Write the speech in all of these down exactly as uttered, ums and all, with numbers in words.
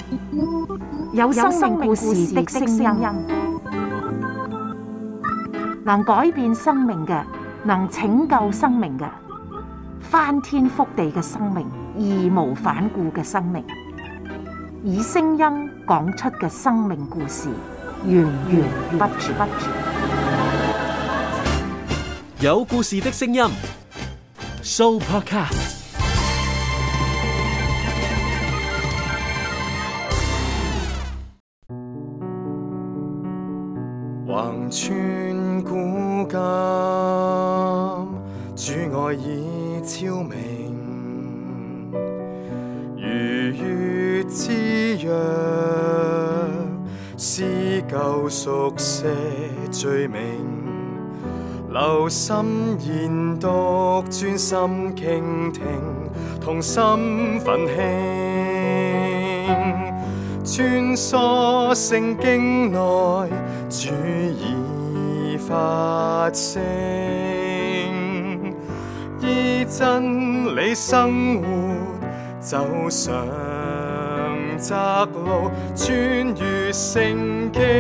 有生命故事的聲音，能改變生命嘅，能拯救生命嘅，翻天覆地嘅生命，義無反顧嘅生命，以聲音講出嘅生命故事，源源不絕。 有故事的聲音 ，Sooo Podcast。 橫穿古今，主愛已超明，如月之約，撕舊熟寫罪名，留心研讀，專心傾聽，同心奮興，穿梭聖經內，主已發聲，依真理生活，走上窄路，穿越聖經。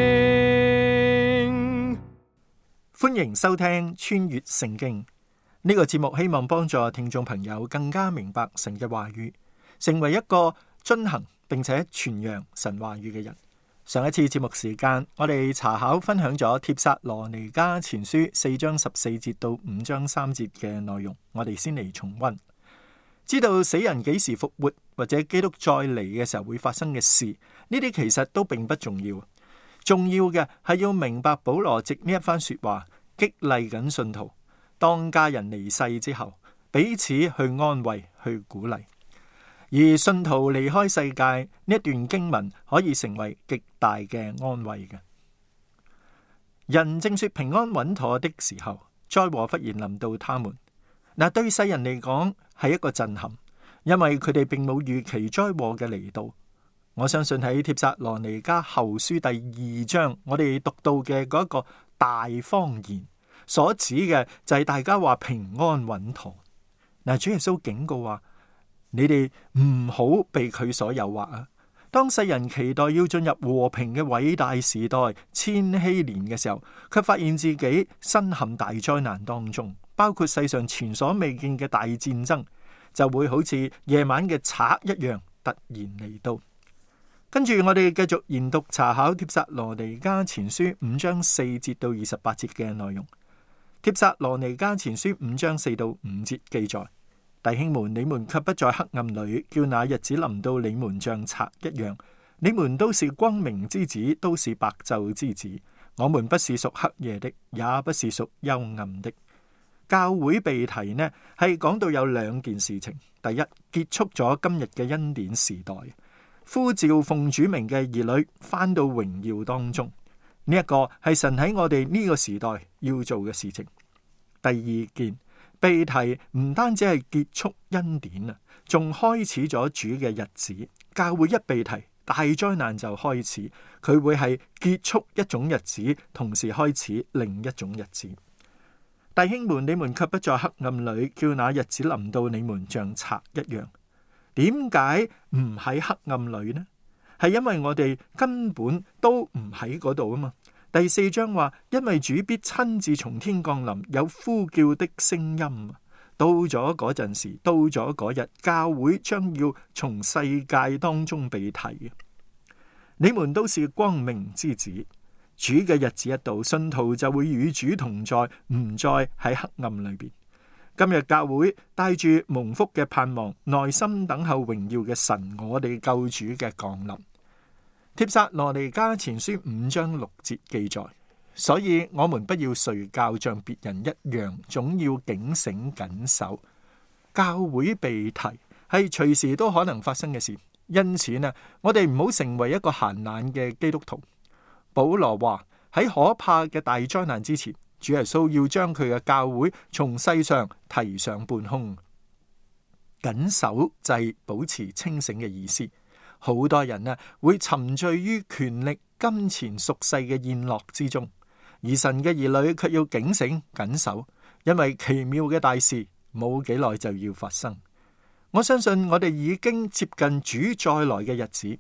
歡迎收聽穿越聖經呢個節目，希望幫助聽眾朋友更加明白神嘅話語，成為一個遵行並且傳揚神話語嘅人。上一次節目時間，我哋查考分享咗帖撒羅尼迦前書四章十四節到五章三節嘅內容，我哋先嚟重溫。知道死人幾時復活，或者基督再嚟嘅時候會發生嘅事，呢啲其實都並不重要。重要嘅係要明白保羅藉呢一番說話激勵緊信徒，當家人離世之後，彼此去安慰、去鼓勵。而信徒離開世界，呢一段經文可以成為極大嘅安慰嘅。人正說平安穩妥的時候，災禍忽然臨到他們。嗱，對世人嚟講係一個震撼，因為佢哋並冇預期災禍嘅嚟到。我相信喺帖撒羅尼迦後書第二章，我哋讀到嘅嗰一個大方言所指嘅就係大家話平安穩妥。嗱，主耶穌警告話：你哋唔好被佢所誘惑啊！當世人期待要進入和平嘅偉大時代千禧年嘅時候，卻發現自己身陷大災難當中，包括世上前所未見嘅大戰爭，就會好似夜晚嘅賊一樣突然嚟到。跟住我哋繼續研讀查考帖撒羅尼迦前書五章四節到二十八節嘅內容。帖撒羅尼迦前書五章四到五節記載：弟兄們，你們卻不在黑暗裏，叫那日子臨到你們像賊一樣。你們都是光明之子，都是白晝之子。我們不是屬黑夜的，也不是屬幽暗的。教會被提呢，係講到有兩件事情。第一，結束咗今日嘅恩典時代，呼召奉主名嘅兒女返到榮耀當中。呢、這、一個係神喺我哋呢個時代要做嘅事情。第二件，被提唔單止係結束恩典啊，仲開始咗主嘅日子。教會一被提，大災難就開始。佢會係結束一種日子，同時開始另一種日子。弟兄們，你們卻不在黑暗裏，叫那日子臨到你們像賊一樣。點解唔喺黑暗裏呢？係因為我哋根本都唔喺嗰度啊嘛。第四章話，因為主必親自從天降臨，有呼叫的聲音。到咗嗰陣時，到咗嗰日，教會將要從世界當中被提。你們都是光明之子，主嘅日子一到，信徒就會與主同在，唔再喺黑暗裏邊。今日教會帶住蒙福嘅盼望，耐心等候榮耀嘅神，我哋救主嘅降臨。帖撒羅尼迦前書五章六節記載，所以我們不要睡覺，像別人一樣，總要警醒謹守。教會被提係隨時都可能發生嘅事，因此呢，我哋唔好成為一個閒懶嘅基督徒。保羅話喺可怕嘅大災難之前，主耶穌要將佢嘅教會從世上提上半空。謹守就係保持清醒嘅意思。好多人啊會沉醉於權力、金錢、俗世嘅宴樂之中，而神嘅兒女卻要警醒謹守，因為奇妙嘅大事冇幾耐就要發生。我相信我哋已經接近主再來嘅日子，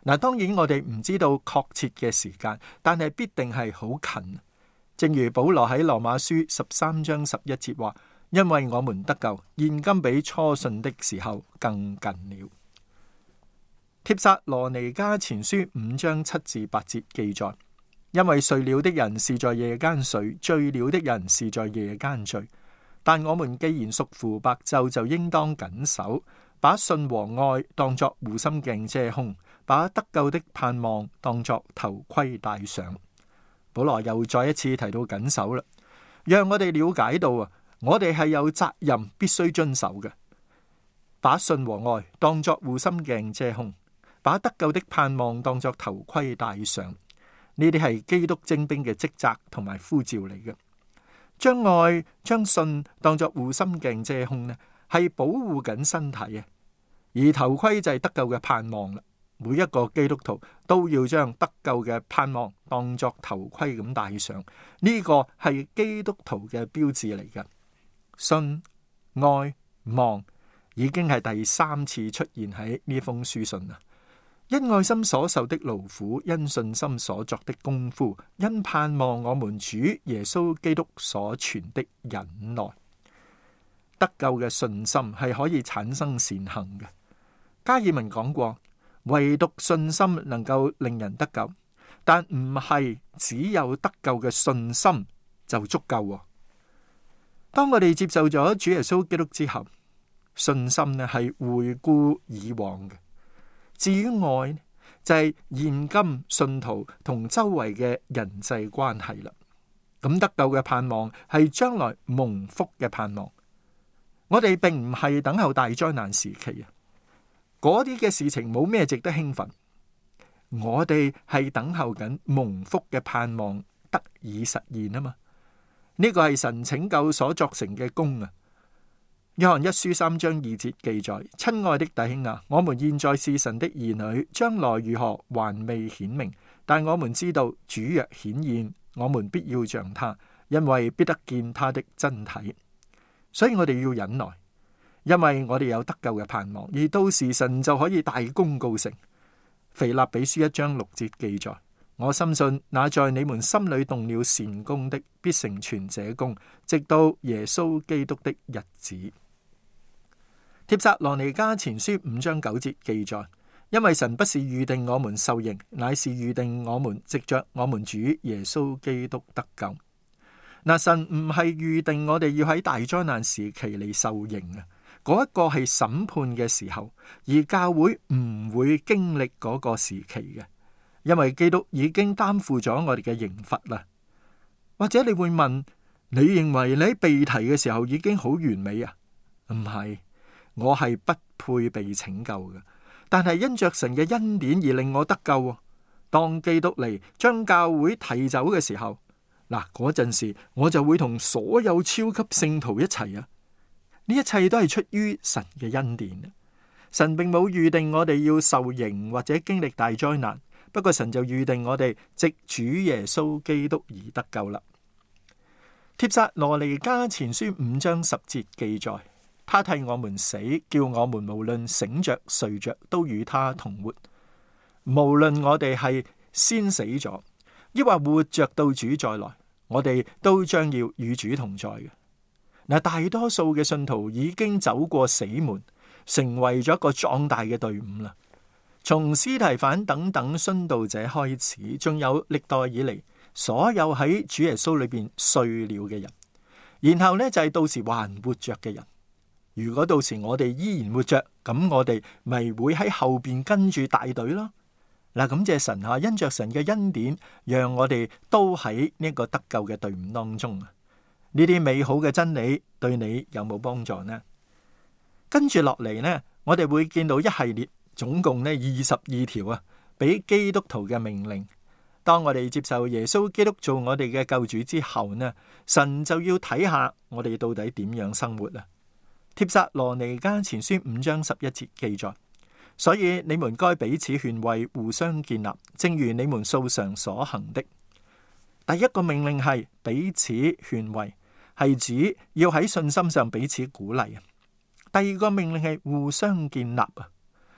嗱，當然我哋唔知道確切嘅時間，但係必定係好近。正如保羅喺羅馬書十三章十一節話：因為我們得救，現今比初信的時候更近了。帖撒羅尼迦前書五章七至八節記載：因為睡了的人是在夜間睡，醉了的人是在夜間醉。但我們既然屬乎白晝，就應當謹守，把信和愛當作護心鏡遮胸，把得救的盼望當作頭盔戴上。保羅又再一次提到謹守啦，讓我哋了解到啊，我哋係有責任必須遵守嘅。把信和愛當作護心鏡遮胸，把得救的盼望當作頭盔戴上，呢啲係基督精兵嘅職責同埋呼召嚟嘅。將愛、將信當作護心鏡遮胸呢，係保護緊身體啊。而頭盔就係得救嘅盼望啦。每一個基督徒都要將得救嘅盼望當作頭盔咁戴上，呢個係基督徒嘅標誌嚟嘅。信、愛、望已經係第三次出現喺呢封書信啦。因愛心所受的勞苦，因信心所作的功夫，因盼望我們主耶穌基督所存的忍耐。得救嘅信心係可以產生善行嘅。加爾文講過，唯獨信心能夠令人得救，但唔係只有得救嘅信心就足夠。當我哋接受咗主耶穌基督之後，信心呢係回顧以往嘅。至於愛，就係現今信徒同周圍嘅人際關係啦。咁得救嘅盼望係將來蒙福嘅盼望。我哋並唔係等候大災難時期啊，嗰啲嘅事情冇咩值得興奮。我哋係等候緊蒙福嘅盼望得以實現啊嘛。呢個係神拯救所作成嘅功啊。約翰一書三章二節記載：親愛的弟兄啊，我們現在是神的兒女，將來如何還未顯明，但我們知道主若顯現，我們必要像他，因為必得見他的真體。所以我哋要忍耐，因為我哋有得救嘅盼望，而到時神就可以大功告成。腓立比書一章六節記載：我深信那在你們心裏動了善工的，必成全這工，直到耶穌基督的日子。帖撒羅尼迦前書五章九節記載：因為神不是預定我們受刑，乃是預定我們藉着我們主耶穌基督得救。嗱，神唔係預定我哋要喺大災難時期嚟受刑啊，嗰一個係審判嘅時候，而教會唔會經歷嗰個時期嘅，因為基督已經擔負咗我哋嘅刑罰啦。或者你會問，你認為你喺被提嘅時候已經好完美啊？唔係。我係不配被拯救嘅，但係因着神嘅恩典而令我得救。當基督嚟將教會提走嘅時候，嗱，嗰陣時我就會同所有超級聖徒一齊啊！呢一切都係出於神嘅恩典。神並冇預定我哋要受刑或者經歷大災難，不過神就預定我哋藉主耶穌基督而得救啦。帖撒羅尼迦前書五章十節記載：他替我們死，叫我們無論醒着睡着，都與他同活。無論我哋係先死咗，抑或活着到主再來，我哋都將要與主同在嘅。嗱，大多數嘅信徒已經走過死門，成為咗一個壯大嘅隊伍啦。從司提反等等殉道者開始，仲有歷代以嚟所有喺主耶穌裏邊睡了嘅人，然後呢，就係到時還活着嘅人。如果到時我哋依然活着，咁我哋咪會喺後邊跟住大隊咯。嗱，感謝神啊，因着神嘅恩典，讓我哋都喺呢個得救嘅隊伍當中啊！呢啲美好嘅真理對你有冇幫助呢？跟住落嚟呢，我哋會見到一系列總共呢二十二條啊，俾基督徒嘅命令。當我哋接受耶穌基督做我哋嘅救主之後呢，神就要睇下我哋到底點樣生活啊！帖撒羅尼迦前書五章十一節記載：所以你們該彼此勸慰，互相建立，正如你們素常所行的。第一個命令係彼此勸慰，係指要喺信心上彼此鼓勵啊。第二個命令係互相建立啊。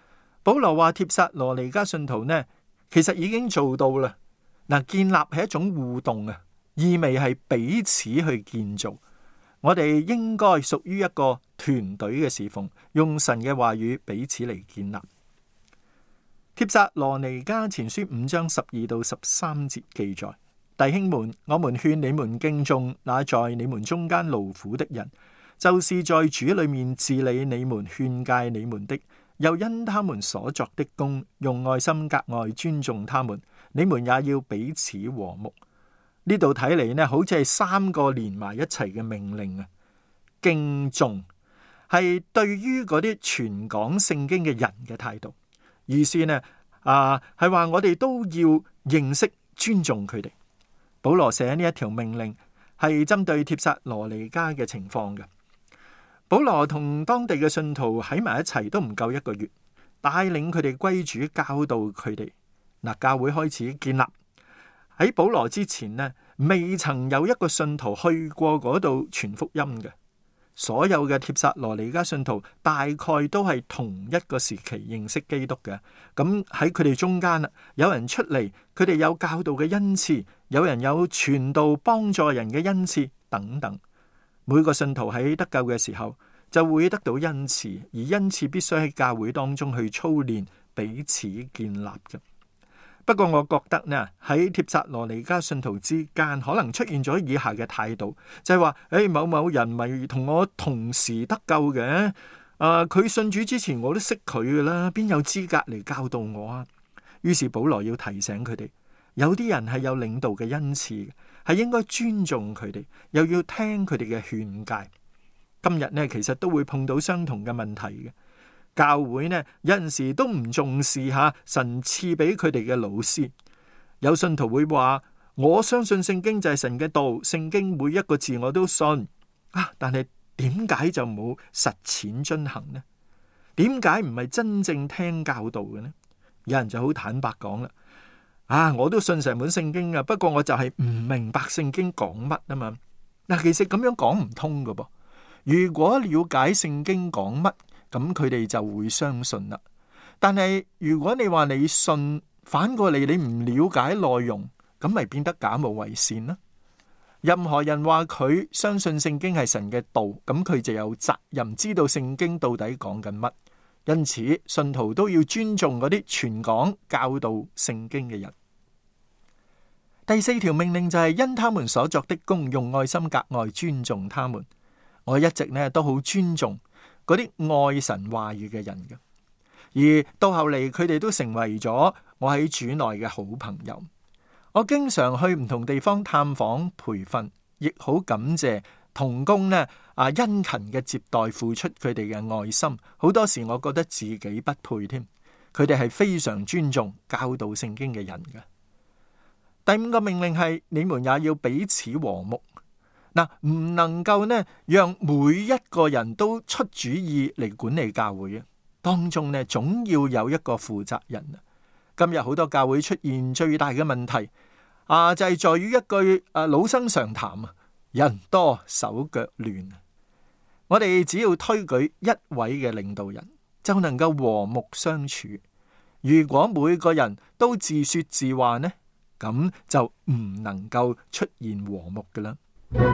保羅話帖撒羅尼迦信徒呢，其實已經做到啦。嗱，建立係一種互動啊，意味係彼此去建造。我哋應該屬於一個團隊嘅侍奉，用神嘅話語彼此嚟建立。帖撒羅尼迦前書五章十二到十三節記載：弟兄們，我們勸你們敬重那在你們中間勞苦的人，就是在主裏面治理你們、勸誡你們的，又因他們所作的工，用愛心格外尊重他們。你們也要彼此和睦。呢度睇嚟呢，好似係三個連埋一齊嘅命令啊！敬重係對於嗰啲傳講聖經嘅人嘅態度。意思呢，啊，係話我哋都要認識尊重佢哋。保羅寫呢一條命令係針對帖撒羅尼迦嘅情況嘅。保羅同當地嘅信徒喺埋一齊都唔夠一個月，帶領佢哋歸主，教導佢哋。嗱，教會開始建立。喺保羅之前呢，未曾有一個信徒去過嗰度傳福音嘅。所有嘅帖撒羅尼迦信徒大概都係同一個時期認識基督嘅。咁喺佢哋中間啦，有人出嚟，佢哋有教導嘅恩賜，有人有傳道幫助人嘅恩賜等等。每個信徒喺得救嘅時候就會得到恩賜，而恩賜必須喺教會當中去操練，彼此建立嘅。不過我覺得呢，喺帖撒羅尼迦信徒之間可能出現咗以下嘅態度，就係話誒，某某人咪同我同時得救嘅，啊，佢信主之前我都識佢噶啦，邊有資格嚟教導我啊？於是保羅要提醒佢哋，有啲人係有領導嘅恩賜，係應該尊重佢哋，又要聽佢哋嘅勸誡。今日呢，其實都會碰到相同嘅問題嘅。教會呢，有陣時都唔重視下神賜俾佢哋嘅老師。有信徒會話：我相信聖經就係神嘅道，聖經每一個字我都信啊。但係點解就冇實踐遵行呢？點解唔係真正聽教導嘅呢？有人就好坦白講啦：啊，我都信成本聖經啊，不過我就係唔明白聖經講乜啊嘛。嗱，其實咁樣講唔通噶噃。如果了解聖經講乜，咁佢哋就會相信啦。但係如果你話你信，反過嚟你唔了解內容，咁咪變得假冒為善啦。任何人話佢相信聖經係神嘅道，咁佢就有責任知道聖經到底講緊乜。因此，信徒都要尊重嗰啲傳講教導聖經嘅人。第四條命令就係因他們所作的工，用愛心格外尊重他們。我一直呢都好尊重嗰啲愛神話語嘅人嘅，而到後嚟佢哋都成為咗我喺主內嘅好朋友。我經常去唔同地方探訪培訓，亦好感謝同工呢啊殷勤嘅接待，付出佢哋嘅愛心。好多時我覺得自己不配添，佢哋係非常尊重教導聖經嘅人嘅。第五個命令係你們也要彼此和睦。嗱，唔能夠呢，讓每一個人都出主意嚟管理教會啊！當中呢，總要有一個負責人啊！今日好多教會出現最大嘅問題啊，就係在於一句啊老生常談啊，人多手腳亂。我哋只要推舉一位嘅領導人，就能夠和睦相處。如果每個人都自說自話呢，咁就唔能夠出現和睦㗎喇。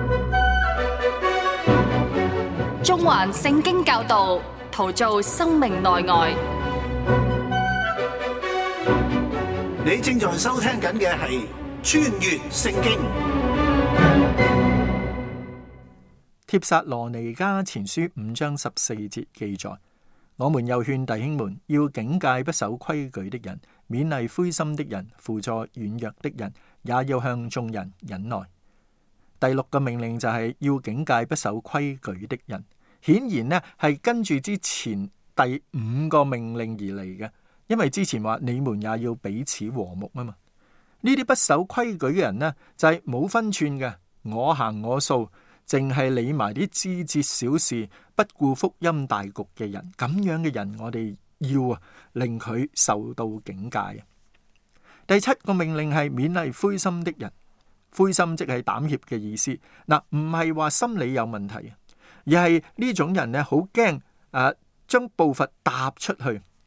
中環聖經教導，陶造生命內外。 你正在收聽緊嘅係穿越聖經。 帖撒羅尼迦前書五章十四節記載：我們又勸弟兄們要警戒不守規矩的人，勉勵灰心的人，輔助軟弱的人，也要向眾人忍耐。第六個命令就係要警戒不守規矩的人，顯然呢係跟住之前第五個命令而嚟嘅，因為之前話你們也要彼此和睦啊嘛。呢啲不守規矩嘅人呢，就係冇分寸嘅，我行我素，淨係理埋啲枝節小事，不顧福音大局嘅人。咁樣嘅人，我哋要啊令佢受到警戒。第七個命令係勉勵灰心的人。灰心即係膽怯嘅意思，嗱，唔係話心理有問題，而係呢種人咧好驚誒，將步伐踏出去，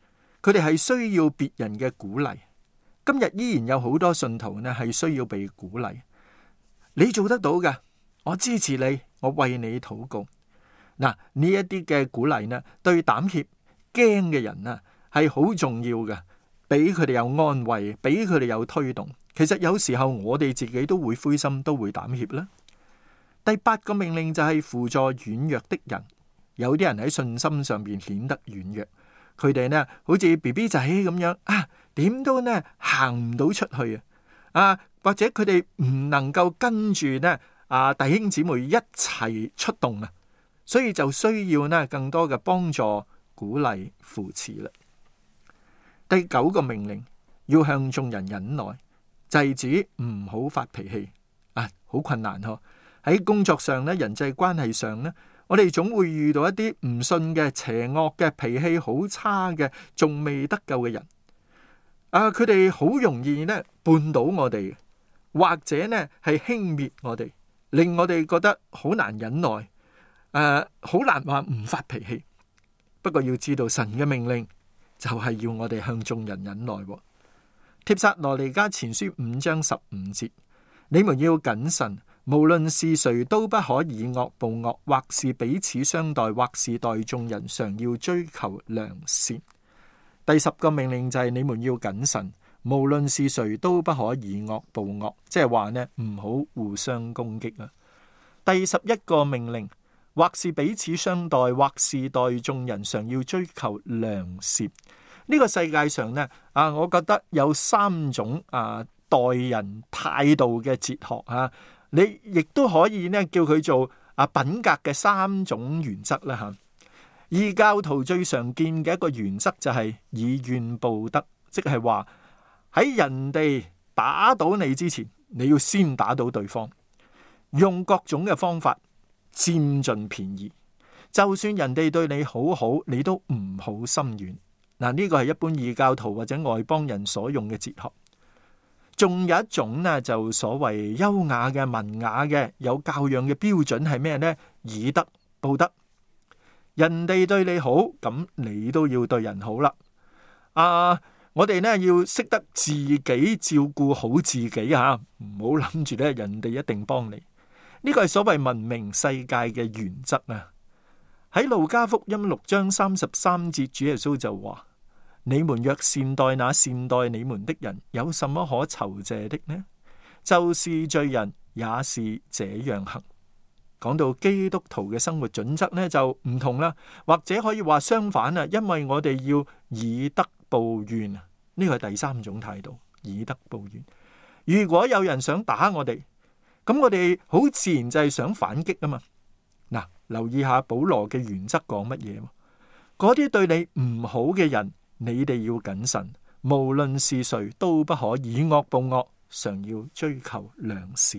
佢哋係需要別人嘅鼓勵。今日依然有好多信徒呢係需要被鼓勵。你做得到嘅，我支持你，我為你禱告。嗱，呢一啲嘅鼓勵呢，對膽怯驚嘅人啊係好重要嘅，俾佢哋有安慰，俾佢哋有推動。其實有時候我哋自己都會灰心，都會膽怯啦。第八個命令就係輔助軟弱的人。有啲人喺信心上邊顯得軟弱，佢哋呢好似 B B 仔咁樣啊，點都呢行唔到出去啊，啊或者佢哋唔能夠跟住呢啊弟兄姊妹一齊出動啊，所以就需要呢更多嘅幫助、鼓勵、扶持啦。第九個命令要向眾人忍耐，制止唔好發脾氣啊，好困難嗬。喺工作上呢，人際關係上呢，我哋總會遇到一啲唔信嘅、邪惡嘅、脾氣好差嘅、仲未得救嘅人。啊，佢哋好容易呢絆倒我哋，或者呢係輕蔑我哋，令我哋覺得好難忍耐。誒、啊，好難話唔發脾氣。不過要知道神嘅命令就係要我哋向眾人忍耐。帖撒羅尼迦前書五章十五節，你們要謹慎。無論是誰都不可以惡報惡，或是彼此相待，或是待眾人，常要追求良善。第十個命令就係你們要謹慎，無論是誰都不可以惡報惡，即係話呢唔好互相攻擊啊。第十一個命令，或是彼此相待，或是待眾人，常要追求良善。呢個世界上呢啊，我覺得有三種啊待人態度嘅哲學啊。你亦都可以呢叫佢做啊品格嘅三種原則啦吓。異教徒最常見嘅一個原則就係以怨報德，即係話喺人哋打倒你之前，你要先打倒對方，用各種嘅方法佔盡便宜。就算人哋對你好好，你都唔好心軟。嗱，呢個係一般異教徒或者外邦人所用嘅哲學。仲有一種呢，就所謂優雅嘅、文雅嘅、有教養嘅標準係咩呢？以德報德，人哋對你好，咁你都要對人好啦。啊，我哋呢要識得自己照顧好自己啊，唔好諗住咧人哋一定幫你。呢個係所謂文明世界嘅原則啊。喺路加福音六章三十三節，主耶穌就話：你們若善待那善待你們的人，有什麼可酬謝的呢？就是罪人也是這樣行。講到基督徒嘅生活準則呢，就唔同啦，或者可以話相反啊，因為我哋要以德報怨啊，呢個係第三種態度，以德報怨。如果有人想打我哋，咁我哋好自然就係想反擊啊嘛。嗱，留意下保羅嘅原則講乜嘢？嗰啲對你唔好嘅人，你哋要謹慎，無論是誰都不可以惡報惡，常要追求良善。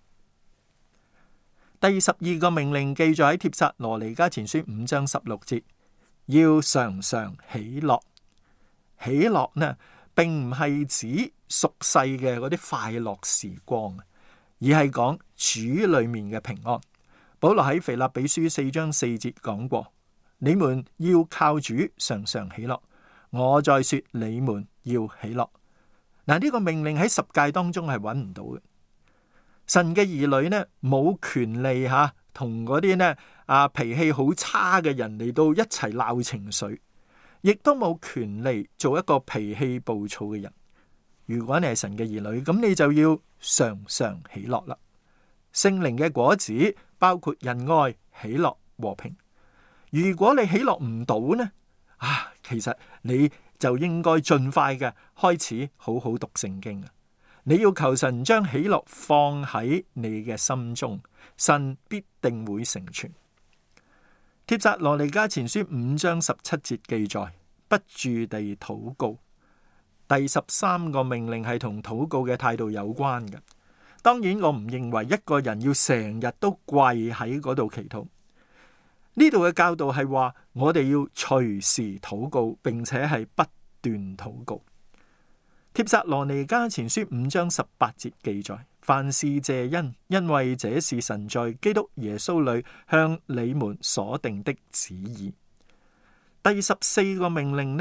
第十二個命令記載喺帖撒羅尼迦前書五章十六節，要常常喜樂。喜樂呢，並唔係指俗世嘅嗰啲快樂時光，而係講主裏面嘅平安。保羅喺腓立比書四章四節講過，你們要靠主常常喜樂。我再說，你們要喜樂。嗱，呢個命令喺十誡當中係揾唔到嘅。神嘅兒女呢，冇權利吓同嗰啲呢啊脾氣好差嘅人嚟到一齊鬧情緒，亦都冇權利做一個脾氣暴躁嘅人。如果你係神嘅兒女，咁你就要常常喜樂啦。聖靈嘅果子包括仁愛、喜樂、和平。如果你喜樂唔到呢，啊，其實你就應該盡快嘅開始好好讀聖經啊！你要求神將喜樂放喺你嘅心中，神必定會成全。帖撒羅尼迦前書五章十七節記載，不住地禱告。第十三個命令係同禱告嘅態度有關嘅。當然，我唔認為一個人要成日都跪喺嗰度祈禱。呢度嘅教導係話，我哋要隨時禱告，並且係不斷禱告。帖撒羅尼迦前書五章十八節記載，凡事謝恩，因為這是神在基督耶穌裏向你們所定的旨意。第十四個命令呢，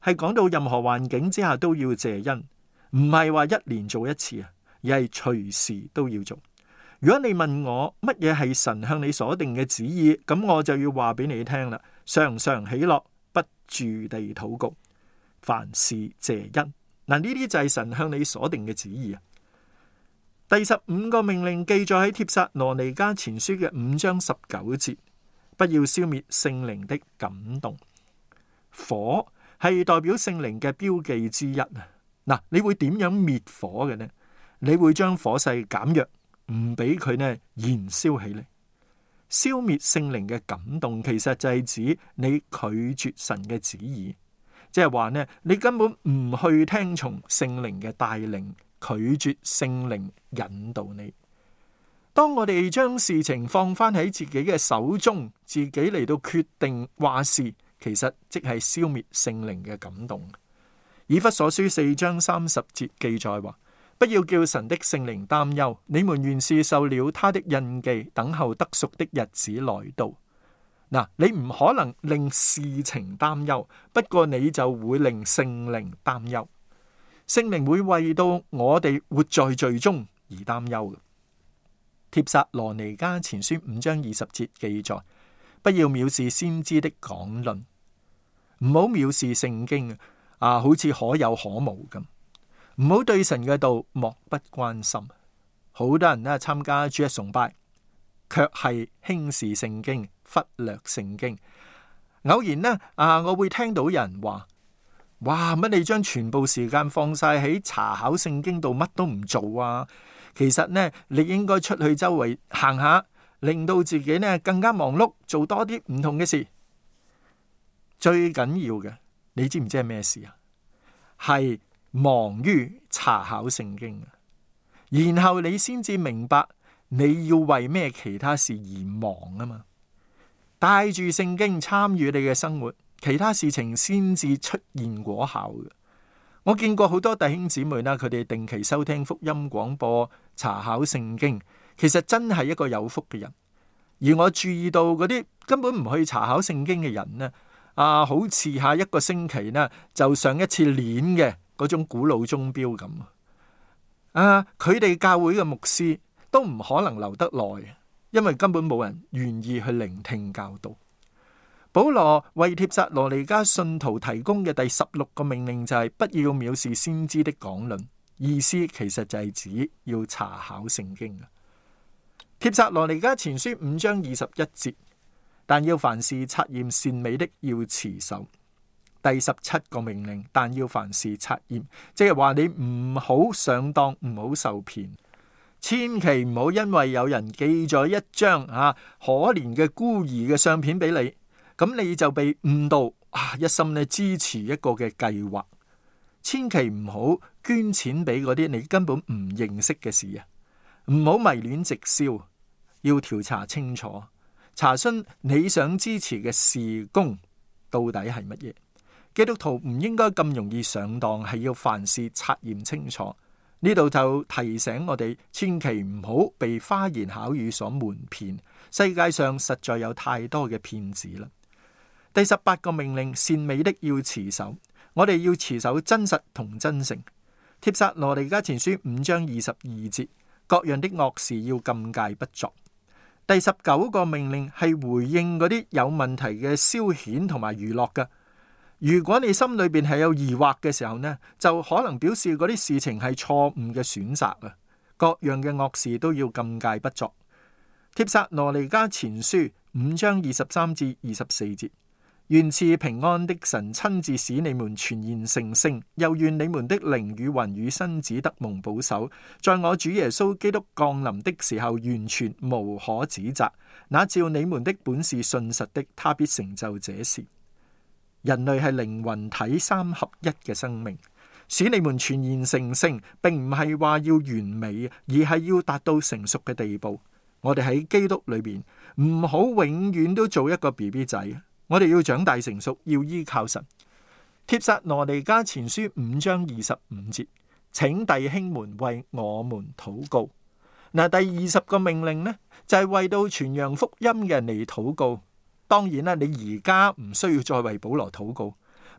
係講到任何環境之下都要謝恩，唔係話一年做一次啊，而係隨時都要做。如果你問我乜嘢係神向你所定嘅旨意，咁我就要話俾你聽啦。常常喜樂，不住地禱告，凡事謝恩。嗱，呢啲就係神向你所定嘅旨意啊。第十五個命令記載喺帖撒羅尼迦前書嘅五章十九節，不要消滅聖靈的感動。火係代表聖靈嘅標記之一啊。嗱，你會點樣滅火嘅呢？你會將火勢減弱，唔俾佢呢燃燒起嚟。消滅聖靈嘅感動，其實就係指你拒絕神嘅旨意，即係話呢，你根本唔去聽從聖靈嘅帶領，拒絕聖靈引導你。當我哋將事情放翻喺自己嘅手中，自己嚟到決定話事，其實即係消滅聖靈嘅感動。以弗所書四章三十節記載話，不要叫神的聖靈擔憂，你們原是受了他的印記，等候得贖的日子來到。嗱，你唔可能令事情擔憂，不過你就會令聖靈擔憂。聖靈會為到我哋活在罪中而擔憂嘅。帖撒羅尼迦前書五章二十節記載，不要藐視先知的講論，唔好藐視聖經啊，好似可有可無咁。唔好對神嘅道漠不關心。好多人咧參加主日崇拜，卻係輕視聖經，忽略聖經。偶然呢，啊，我會聽到人話：哇，乜你將全部時間放晒喺查考聖經度，乜都唔做啊？其實呢，你應該出去周圍行下，令到自己呢更加忙碌，做多啲唔同嘅事。最緊要嘅，你知唔知係咩事啊？係忙於查考聖經，然後你先至明白你要為咩其他事而忙啊嘛。帶住聖經參與你嘅生活，其他事情先至出現果效嘅。我見過好多弟兄姊妹啦，佢哋定期收聽福音廣播，查考聖經，其實真係一個有福嘅人。而我注意到嗰啲根本唔去查考聖經嘅人呢，啊，好似下一個星期呢就上一次練嘅嗰種古老鐘錶咁啊！佢哋教會嘅牧師都唔可能留得耐，因為根本冇人願意去聆聽教導。保羅為帖撒羅尼迦信徒提供嘅第十六個命令就係不要藐視先知的講論，意思其實就係指要查考聖經。帖撒羅尼迦前書五章二十一節，但要凡事察驗善美的要持守。第十七個命令，但要凡事察驗，即係話你唔好上當，唔好受騙，千祈唔好因為有人寄咗一張啊可憐嘅孤兒嘅相片俾你，咁你就被誤導啊，一心咧支持一個嘅計劃。千祈唔好捐錢俾嗰啲你根本唔認識嘅事啊，唔好迷戀直銷，要調查清楚，查詢你想支持嘅事工到底係乜嘢。基督徒唔應該咁容易上當，係要凡事察驗清楚。呢度就提醒我哋，千祈唔好被花言巧語所瞞騙。世界上實在有太多嘅騙子啦。第十八個命令，善美的要持守，我哋要持守真實同真誠。帖撒羅尼迦前書五章二十二節，各樣的惡事要禁戒不作。第十九個命令係回應嗰啲有問題嘅消遣同埋娛樂嘅。如果你心裏邊係有疑惑嘅時候呢，就可能表示嗰啲事情係錯誤嘅選擇啊。各樣嘅惡事都要禁戒不作。帖撒羅尼迦前書五章二十三至二十四節，願賜平安的神親自使你們全然成聖，又願你們的靈與魂與身子得蒙保守，在我主耶穌基督降臨的時候完全無可指責。那照你們的本是信實的，他必成就這事。人類係靈魂體三合一嘅生命，使你們全然成聖，並唔係話要完美，而係要達到成熟嘅地步。我哋喺基督裏邊唔好永遠都做一個 B B 仔，我哋要長大成熟，要依靠神。帖撒羅尼迦前書五章二十五節，請弟兄們為我們禱告。嗱，第二十個命令呢，就係、是、為到傳揚福音嘅人嚟禱告。當然啦，你而家唔需要再為保羅禱告，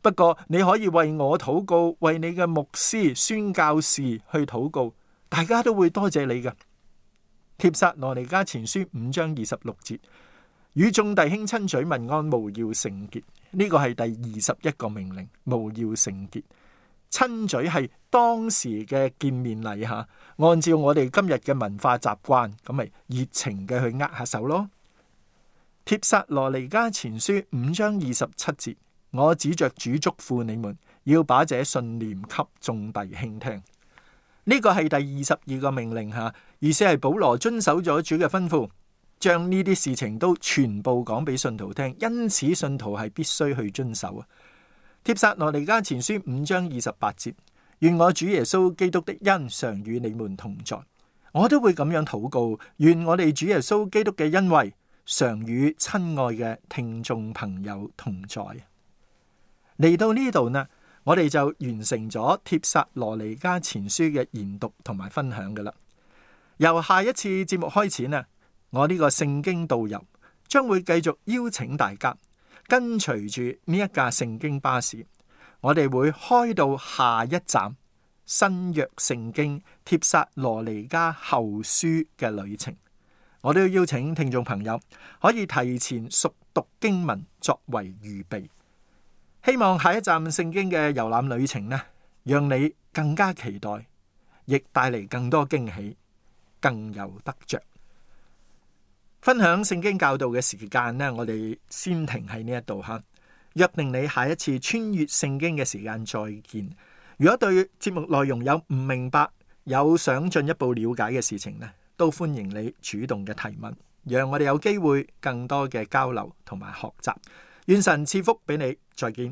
不過你可以為我禱告，為你嘅牧師、宣教士去禱告，大家都會多謝你嘅。帖撒羅尼迦前書五章二十六節，與眾弟兄親嘴問安，務要聖潔。呢個係第二十一個命令，務要聖潔。親嘴係當時嘅見面禮吓，按照我哋今日嘅文化習慣，咁咪熱情嘅去握下手咯。帖撒羅尼迦前書五章二十七節，我指着主囑咐你們，要把這信念給眾弟兄聽。呢個係第二十二個命令吓，意思係保羅遵守咗主嘅吩咐，將呢啲事情都全部講俾信徒聽，因此信徒係必須去遵守啊。帖撒羅尼迦前書五章二十八節，願我主耶穌基督的恩常與你們同在。我都會咁樣禱告，願我哋主耶穌基督嘅恩惠常與親愛嘅聽眾朋友同在。嚟到呢度呢，我哋就完成咗帖撒羅尼迦前書嘅研讀同埋分享㗎喇。由下一次節目開始呢，我呢個聖經導遊將會繼續邀請大家跟隨住呢一架聖經巴士，我哋會開到下一站新約聖經帖撒羅尼迦後書嘅旅程。我都要邀請聽眾朋友可以提前熟讀經文作為預備，希望下一站聖經嘅遊覽旅程呢，讓你更加期待，亦帶嚟更多驚喜，更有得着。分享聖經教導嘅時間呢，我哋先停喺呢一度哈。約定你下一次穿越聖經嘅時間再見。如果對節目內容有唔明白，有想進一步了解嘅事情呢，都歡迎你主動嘅提問，讓我哋有機會更多嘅交流同埋學習。願神賜福俾你，再見。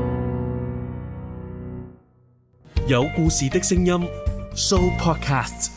有故事的聲音 Show Podcast。